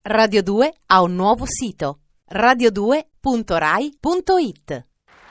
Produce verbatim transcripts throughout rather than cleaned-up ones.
Radio due ha un nuovo sito: radio due punto rai punto it.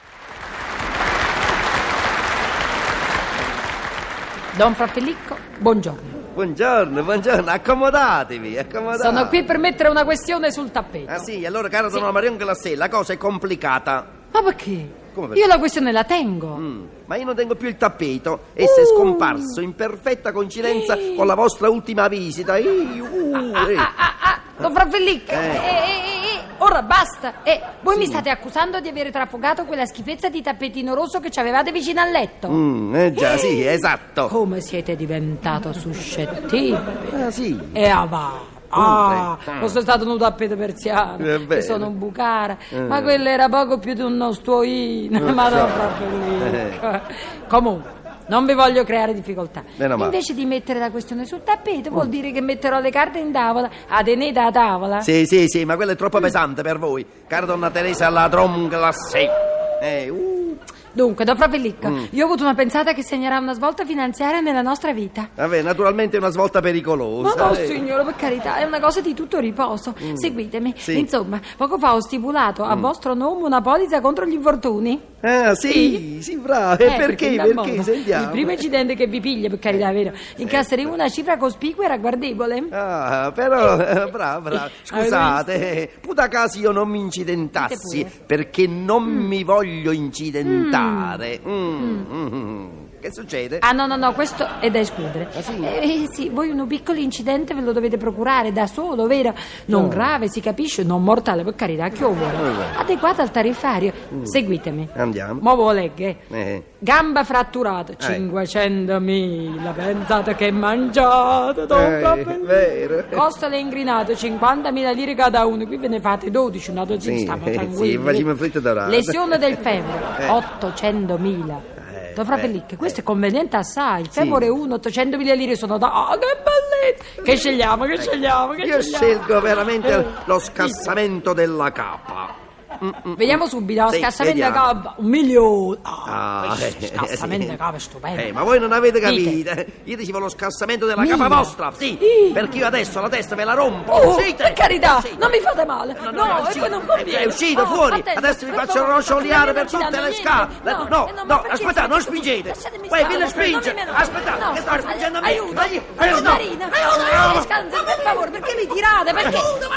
Don Frafellicco, buongiorno. Buongiorno, buongiorno, accomodatevi, accomodatevi. Sono qui per mettere una questione sul tappeto. Ah sì, allora caro Sì. Don Marion Glassè, la cosa è complicata. Ma perché? Come perché? Io la questione la tengo. Mm, ma io non tengo più il tappeto. Esso è Uh. scomparso in perfetta coincidenza con la vostra ultima visita. Ih, uh, Ah, eh. ah, ah, ah, Don Frafellicco, Eh. eh, eh, eh, ora basta. Eh, voi Sì. mi state accusando di aver trafugato quella schifezza di tappetino rosso che ci avevate vicino al letto. Mm, eh già, sì, esatto. Come siete diventato suscettibile. Ah sì. E ah, va. Ah, Mm, eh. fosse stato un tappeto persiano, È che vero. sono un bucara, Eh. ma quello era poco più di un nostuoino, Eh, ma non già. Frafellicco. Comunque, non vi voglio creare difficoltà. Meno male. Invece di mettere la questione sul tappeto, vuol dire che metterò le carte in tavola, a tenete a tavola. Sì, sì, sì, ma quello è troppo pesante per voi. Cara donna Teresa Ladron Glassè. Eh, uh. Dunque, Don Frafellicco, Mm. io ho avuto una pensata che segnerà una svolta finanziaria nella nostra vita. Vabbè, naturalmente è una svolta pericolosa. Ma no, eh. signore, per carità, è una cosa di tutto riposo. Seguitemi. Sì. Insomma, poco fa ho stipulato a vostro nome una polizza contro gli infortuni. Ah, sì, sì, bravo. E Eh, perché? in tal Perché? modo, Sentiamo. il primo incidente che vi piglia, per carità, vero? Incasseremo una cifra cospicua e ragguardevole. Ah, però, eh, bravo, bravo. Scusate, Avete eh, puta caso io non mi incidentassi, Dite pure. perché non mi voglio incidentare. Mm, mm, mm. Che succede? Ah, no, no, no, questo è da escludere. Ah, sì? Eh, sì, voi un piccolo incidente ve lo dovete procurare da solo, vero? Non No. grave, si capisce, non mortale, per carità, che lo vuole. Vabbè. Adeguato al tariffario. Seguitemi. Andiamo. Mo' ve lo leggo, eh. Eh. Gamba fratturata, cinquecentomila, pensate che mangiate, Don Eh, Frafellicco. vero. Costole ingrinate, cinquantamila lire cada uno, qui ve ne fate dodici, una dozzina, Sì, stiamo eh, tranquilli. sì, facciamo fritte dorate. Lesione del femore, Eh. ottocentomila. Eh, Don Frafellicco, eh, questo è conveniente assai, il Sì. femore uno, ottocentomila lire sono da... Ah, che bellezza! Che scegliamo, che scegliamo, che Io scegliamo? scelgo veramente Eh. lo scassamento della capa. Mm, mm, Vediamo subito, lo Sì, scassamento da vediamo. capa, un milione. Ah, Ah, eh, scassamento sì. da capa è stupendo. Eh, ma voi non avete Dite. capito. Io dicevo lo scassamento della Mia. capa vostra, sì. Ih. Perché io adesso la testa ve la rompo. Oh, Uscite. per carità, Sì. non mi fate male. No, No, no, è e uscito. poi non conviene. È uscito, Oh, fuori. attento, Adesso vi per faccio favore, roscioliare non per mi tutte danno le niente. scale. No, No, eh, no, ma no, perché aspettate, non fate così? spingete. Lasciatemi Poi stare, vi le spinge. non mi- Aspettate, no, che state spingendo a me. aiuto, Dai, aiuto, no. Marina. Aiuto, Eh, aiuto. scansa, per favore, perché mi tirate? Perché?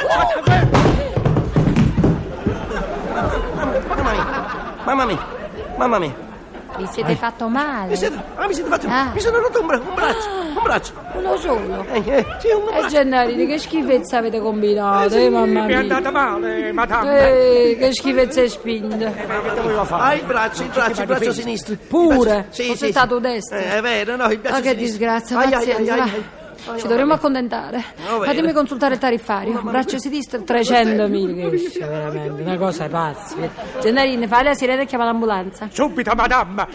Mamma mia, mamma mia, mamma mia. Vi siete fatto male? Mi siete, ah, mi siete fatti, Ah. mi sono rotto un, bra- un braccio, un braccio. Uno solo. Eh, eh, sì, un E braccio. Gennarino, che schifezza avete combinato, eh, mamma Mi è mia. andata male, madame. Eh, che schifezza è spinta. Che dovevo fare? Ah, il braccio, il braccio, il braccio sinistro. Pure? Il braccio- Sì, Fosse sì, stato sì. destro. Eh, è vero, no, il braccio Ma che sinistro. disgrazia, Ai, ai, pazienza, ai, ai, va. ai. Ai, Ci ai, dovremmo ai. accontentare. Va bene. Fatemi consultare il tariffario. Ma- ma- Braccio sinistro trecentomila. Che sia veramente una cosa pazza. Gennarino, fai la sirena e chiama l'ambulanza. Subito, madame.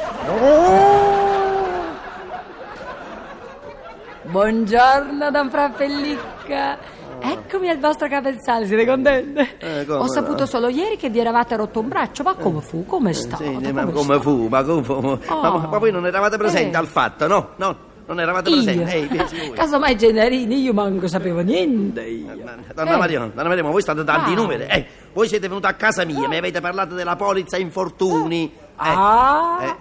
Buongiorno, Don Frafellicca. Eccomi al vostro capezzale, siete contente? Eh, come Ho no. saputo solo ieri che vi eravate rotto un braccio, ma come fu? Come sta? Sì, ma come fu? Ma come fu? Ma, Oh. ma voi non eravate presenti Eh. al fatto, no? No, non eravate presenti. Eh, pensi Io? voi. Casomai Gennarini, io manco sapevo niente. Io. Donna Eh. Marion, donna Marion, voi state dando Ah. i numeri. Eh, voi siete venuti a casa mia, mi avete parlato della polizza infortuni. Eh, Ah. eh,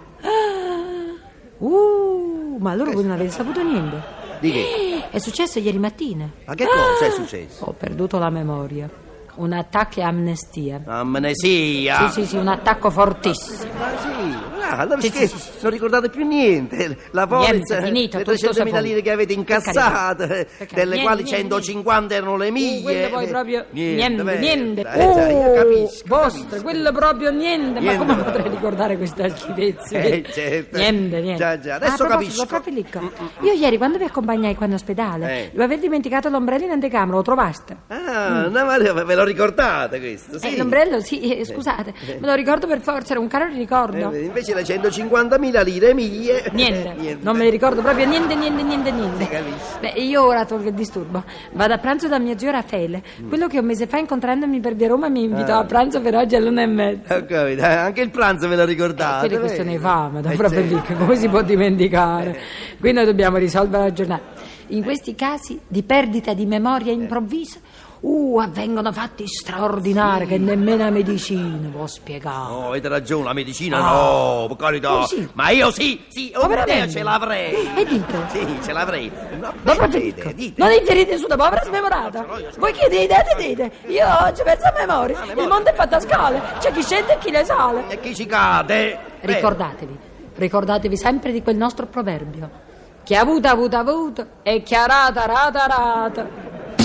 Uh, ma allora voi non avete saputo niente? di che? È successo ieri mattina. Ma che cosa è successo? Ho perduto la memoria. Un attacco e amnestia. Amnesia. Sì, sì, sì, un attacco fortissimo. Ma sì, ah, allora Sì, perché sì, sì, sì. non ricordate più niente? La polizza, Niente, finito, le tutto trecentomila sepolto. lire che avete Per carità. incassato, Per carità. delle Niente, quali niente, centocinquanta erano le mie. Uh, quello poi proprio niente, beh, niente. eh, già, io Uh, capisco. vostre, capisco. quello proprio niente. Niente. Ma come potrei ricordare questa schifezza? Eh, certo. Niente, niente. Già, già, adesso Ah, a proposito, capisco. Don Frafellicco, io ieri quando vi accompagnai qua in ospedale, Eh. devo aver dimenticato l'ombrello in anticamera, lo trovaste? Ah, no, ma ve lo ricordate questo? Sì. Eh, l'ombrello, sì, eh, scusate, me lo ricordo per forza, era un caro ricordo. Eh, invece le centocinquantamila lire mie. Niente, Niente. non me ne ricordo proprio niente, niente, niente, niente. Sì, capisco. Beh, io ora tolgo il disturbo. Vado a pranzo da mio zio Raffaele, quello che un mese fa incontrandomi per via Roma mi invitò Ah. a pranzo per oggi all'una e mezza. Ho capito, eh, anche il pranzo ve lo ricordate? Quelle questioni di vero? fame, Don Eh, Frafellicco, certo. come si può dimenticare? Qui noi dobbiamo risolvere la giornata. In questi casi di perdita di memoria improvvisa, Uh, avvengono fatti straordinari che nemmeno la medicina può spiegare. No, avete ragione, la medicina Ah. no, per carità. Oh, sì. Ma io sì, sì, Ma un'idea veramente? ce l'avrei. E dite? Sì, ce l'avrei. Una Ma bella Federico, idea, dite. non inferite su da povera smemorata. Voi che dite, dite. Io oggi penso a memoria. Il mondo è fatto a scale. C'è chi scende e chi le sale. E chi ci cade? Beh, Ricordatevi, ricordatevi sempre di quel nostro proverbio. Chi ha avuto, ha avuto, ha avuto. E chi ha rata, rata, rata.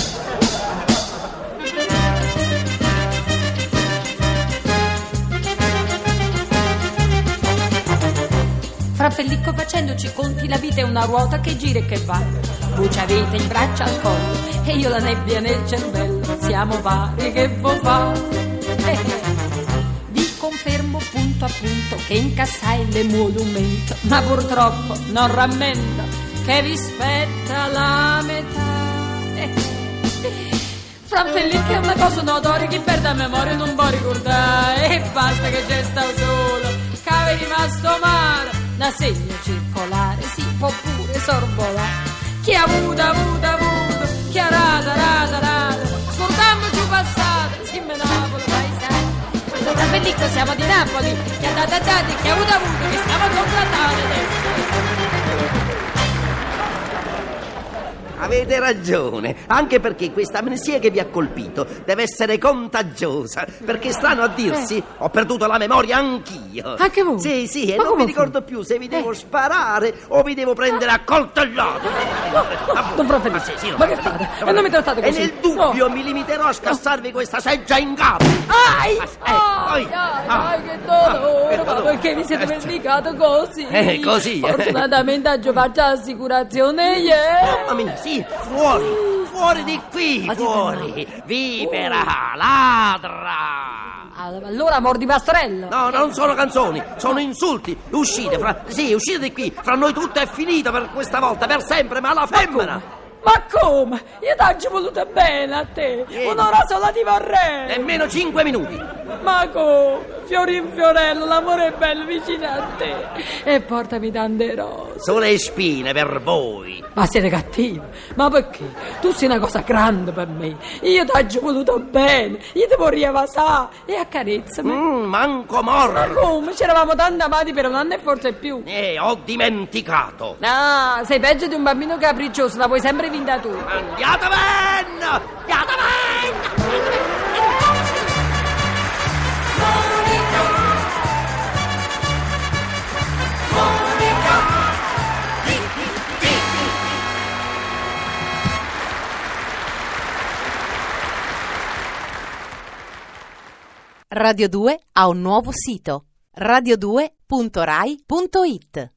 Fra Pellicco facendoci conti, la vita è una ruota che gira e che va. Voi ci avete in braccia al collo e io la nebbia nel cervello. Siamo pari, che può fare? Eh, eh. Vi confermo punto a punto che incassai l'emolumento, ma purtroppo non rammento che vi spetta la metà. Eh. Fra Pellicco è una cosa notoria, chi perde a memoria non può ricordare. E basta che c'è sta solo, che è rimasto male. Da segno circolare si può pure sorvolare. Chi ha avuto, ha avuto, ha avuto. Chi ha rata, rata, rata. Scordandoci il passato, si me Napoli, paesano. Da Pellicco siamo di Napoli. Chi ha dato, ha dato, chi ha avuto, ha avuto. Che stiamo conclatando. Avete ragione, anche perché questa amnesia che vi ha colpito deve essere contagiosa, perché strano a dirsi, ho perduto la memoria anch'io. Anche voi? Sì, sì, e Ma non come mi ricordo più se vi devo Eh. sparare o vi devo prendere a coltellate. Non Fra Pellicco, Ma sì, sì, no. ma che fate? E non mi trattate E così. nel dubbio mi limiterò a scassarvi questa seggia in capo. Ai! Eh, Ai, poi- ai, ah, ai, che dolore! ah, Ma che perché vi siete dolore. vendicato così? Eh, così, eh. Fortunatamente ho fatto l'assicurazione ieri. Mamma mia, sì, fuori, fuori di qui, Ma dite fuori. no. Vipera, ladra. Allora mordi pastorello. No, non sono canzoni, sono insulti. Uscite, fra... sì, uscite di qui. Fra noi tutto è finito per questa volta, per sempre, ma la femmina. Ma come? Io t'ho voluto bene a te. Eh. Un'ora sola ti vorrei. Nemmeno cinque minuti. Ma come? Fiori in fiorello, l'amore è bello vicino a te. E portami tante rose. Sole e spine per voi. Ma siete cattivi? Ma perché? Tu sei una cosa grande per me. Io t'ho voluto bene. Io ti vorrei vasare e accarezzami. Mm, manco Ma morro. come? C'eravamo tanto amati per un anno e forse più. Eh, ho dimenticato. Ah, sei peggio di un bambino capriccioso, la puoi sempre vinta tu. Andiateven! Andiateven! Radio due ha un nuovo sito radio due punto rai punto it.